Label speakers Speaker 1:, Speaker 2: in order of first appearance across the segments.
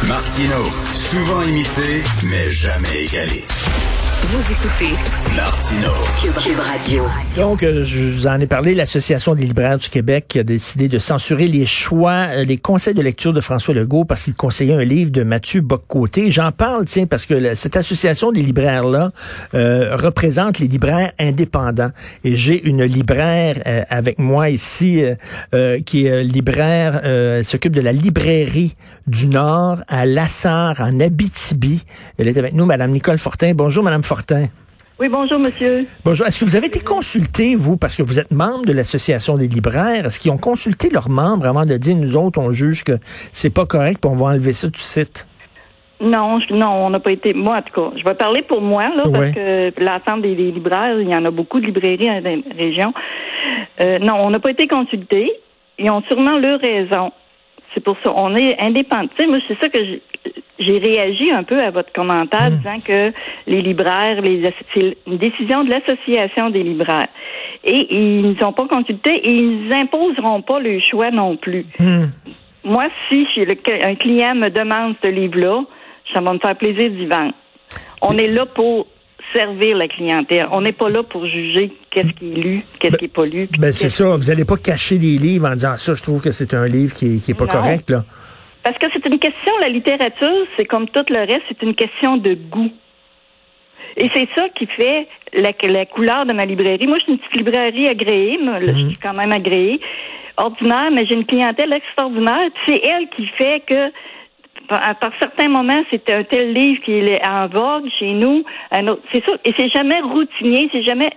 Speaker 1: Martino, souvent imité, mais jamais égalé.
Speaker 2: Vous écoutez
Speaker 1: Martino.
Speaker 2: Cube Radio.
Speaker 3: Donc, je vous en ai parlé, l'Association des libraires du Québec qui a décidé de censurer les choix, les conseils de lecture de François Legault parce qu'il conseillait un livre de Mathieu Bock-Côté. J'en parle, tiens, parce que cette association des libraires-là représente les libraires indépendants. Et j'ai une libraire avec moi ici qui est libraire, s'occupe de la librairie du Nord à Lassar, en Abitibi. Elle est avec nous, Mme Nicole Fortin. Bonjour, Mme Fortin.
Speaker 4: Oui, bonjour, monsieur.
Speaker 3: Bonjour. Est-ce que vous avez été consulté, vous, parce que vous êtes membre de l'Association des libraires, est-ce qu'ils ont consulté leurs membres avant de dire, nous autres, on juge que c'est pas correct, puis on va enlever ça du site?
Speaker 4: Non, on n'a pas été... Moi, en tout cas, je vais parler pour moi, là, parce que l'ensemble des libraires, il y en a beaucoup de librairies dans la région. Non, on n'a pas été consultés. Ils ont sûrement leur raison. C'est pour ça. On est indépendant. Tu sais, moi, c'est ça que j'ai réagi un peu à votre commentaire disant que les libraires, c'est une décision de l'Association des libraires. Et ils ne sont pas consultés et ils n'imposeront pas le choix non plus. Moi, si un client me demande ce livre-là, ça va me faire plaisir d'y vendre. On est là pour servir la clientèle. On n'est pas là pour juger qu'est-ce qui est lu, qu'est-ce qui n'est pas lu.
Speaker 3: Ben c'est ça. Vous n'allez pas cacher des livres en disant ça, je trouve que c'est un livre qui est pas correct, là.
Speaker 4: Parce que c'est une question, la littérature, c'est comme tout le reste, c'est une question de goût. Et c'est ça qui fait la couleur de ma librairie. Moi, je suis une petite librairie agréée, je suis quand même agréée, ordinaire, mais j'ai une clientèle extraordinaire. C'est elle qui fait que par certains moments, c'est un tel livre qui est en vogue chez nous, un autre. C'est ça. Et c'est jamais routinier, c'est jamais.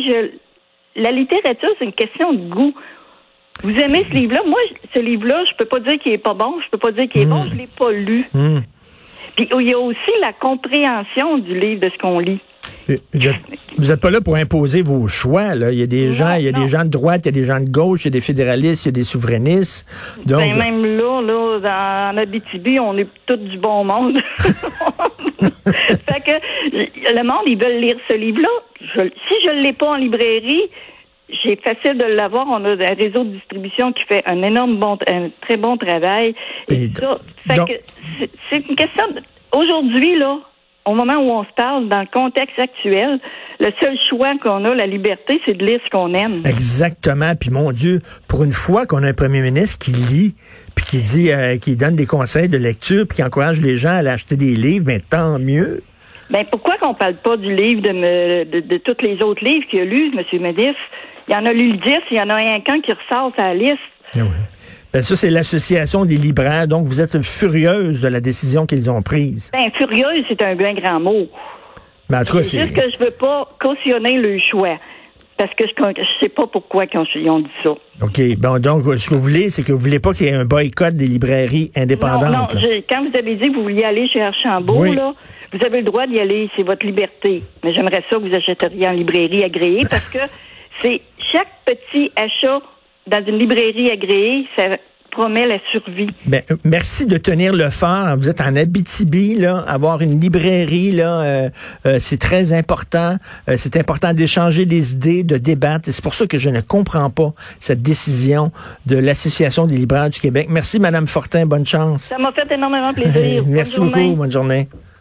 Speaker 4: La littérature, c'est une question de goût. Vous aimez ce livre-là? Moi, ce livre-là, je peux pas dire qu'il est pas bon, je peux pas dire qu'il est bon, je l'ai pas lu. Puis il y a aussi la compréhension du livre de ce qu'on lit.
Speaker 3: Vous n'êtes pas là pour imposer vos choix, là. Il y a des gens, des gens de droite, il y a des gens de gauche, il y a des fédéralistes, il y a des souverainistes. Donc,
Speaker 4: même là, en Abitibi, on est tous du bon monde. Fait que le monde, ils veulent lire ce livre-là. Si je ne l'ai pas en librairie, c'est facile de l'avoir. On a un réseau de distribution qui fait un très bon travail. Et ça, fait que c'est une question aujourd'hui, là, au moment où on se parle, dans le contexte actuel, le seul choix qu'on a, la liberté, c'est de lire ce qu'on aime.
Speaker 3: Exactement. Puis mon Dieu, pour une fois qu'on a un premier ministre qui lit, puis qui dit, qui donne des conseils de lecture, puis qui encourage les gens à aller acheter des livres, ben tant mieux.
Speaker 4: Ben pourquoi qu'on parle pas du livre de tous les autres livres qu'il a lus, M. Médis? Il y en a lu le 10, il y en a un qui ressort à la liste.
Speaker 3: Oui. Ben ça, c'est l'Association des libraires. Donc, vous êtes furieuse de la décision qu'ils ont prise.
Speaker 4: Ben, furieuse, c'est un bien grand mot.
Speaker 3: Mais en tout cas,
Speaker 4: c'est juste que je veux pas cautionner le choix. Parce que je sais pas pourquoi ils ont dit ça.
Speaker 3: OK. Bon, donc, ce que vous voulez, c'est que vous voulez pas qu'il y ait un boycott des librairies indépendantes.
Speaker 4: Non, quand vous avez dit que vous vouliez aller chez Archambault, là, vous avez le droit d'y aller, c'est votre liberté. Mais j'aimerais ça que vous achèteriez en librairie agréée parce que c'est chaque petit achat dans une librairie agréée, ça promet la survie. Ben,
Speaker 3: merci de tenir le phare. Vous êtes en Abitibi, là, avoir une librairie, là, c'est très important. C'est important d'échanger des idées, de débattre. Et c'est pour ça que je ne comprends pas cette décision de l'Association des libraires du Québec. Merci, Mme Fortin. Bonne chance.
Speaker 4: Ça m'a fait énormément plaisir.
Speaker 3: Merci beaucoup. Bonne journée.